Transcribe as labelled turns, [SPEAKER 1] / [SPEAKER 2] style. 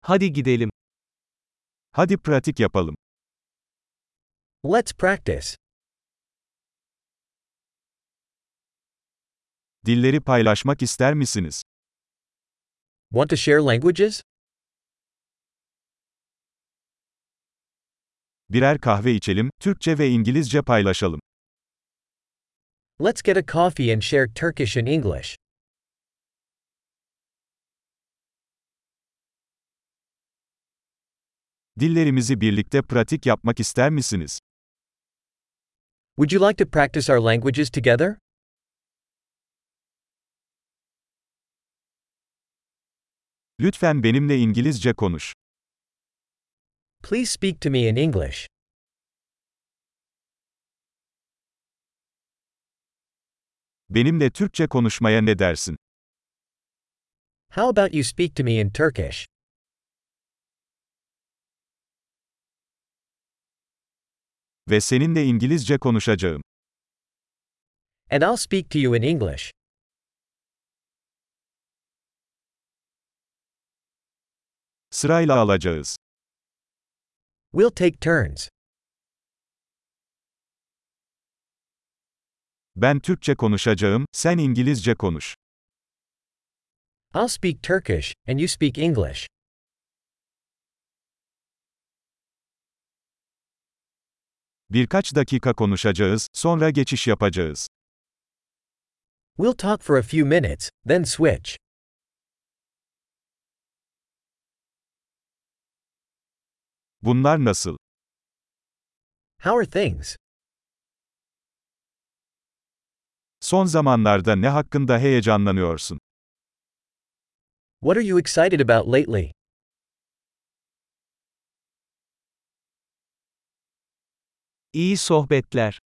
[SPEAKER 1] Hadi gidelim.
[SPEAKER 2] Hadi pratik yapalım.
[SPEAKER 3] Let's practice.
[SPEAKER 2] Dilleri paylaşmak ister misiniz?
[SPEAKER 3] Want to share languages?
[SPEAKER 2] Birer kahve içelim, Türkçe ve İngilizce paylaşalım.
[SPEAKER 3] Let's get a coffee and share Turkish and English.
[SPEAKER 2] Dillerimizi birlikte pratik yapmak ister misiniz?
[SPEAKER 3] Would you like to practice our languages together?
[SPEAKER 2] Lütfen benimle İngilizce konuş.
[SPEAKER 3] Please speak to me in English.
[SPEAKER 2] Benimle Türkçe konuşmaya ne dersin?
[SPEAKER 3] How about you speak to me in Turkish?
[SPEAKER 2] Ve seninle İngilizce konuşacağım.
[SPEAKER 3] And I'll speak to you in English.
[SPEAKER 2] Sırayla alacağız.
[SPEAKER 3] We'll take turns.
[SPEAKER 2] Ben Türkçe konuşacağım, sen İngilizce konuş.
[SPEAKER 3] I'll speak Turkish, and you speak English.
[SPEAKER 2] Birkaç dakika konuşacağız, sonra geçiş yapacağız.
[SPEAKER 3] We'll talk for a few minutes, then switch.
[SPEAKER 2] Bunlar nasıl?
[SPEAKER 3] How are things?
[SPEAKER 2] Son zamanlarda ne hakkında heyecanlanıyorsun?
[SPEAKER 3] What are you excited about lately?
[SPEAKER 1] İyi sohbetler.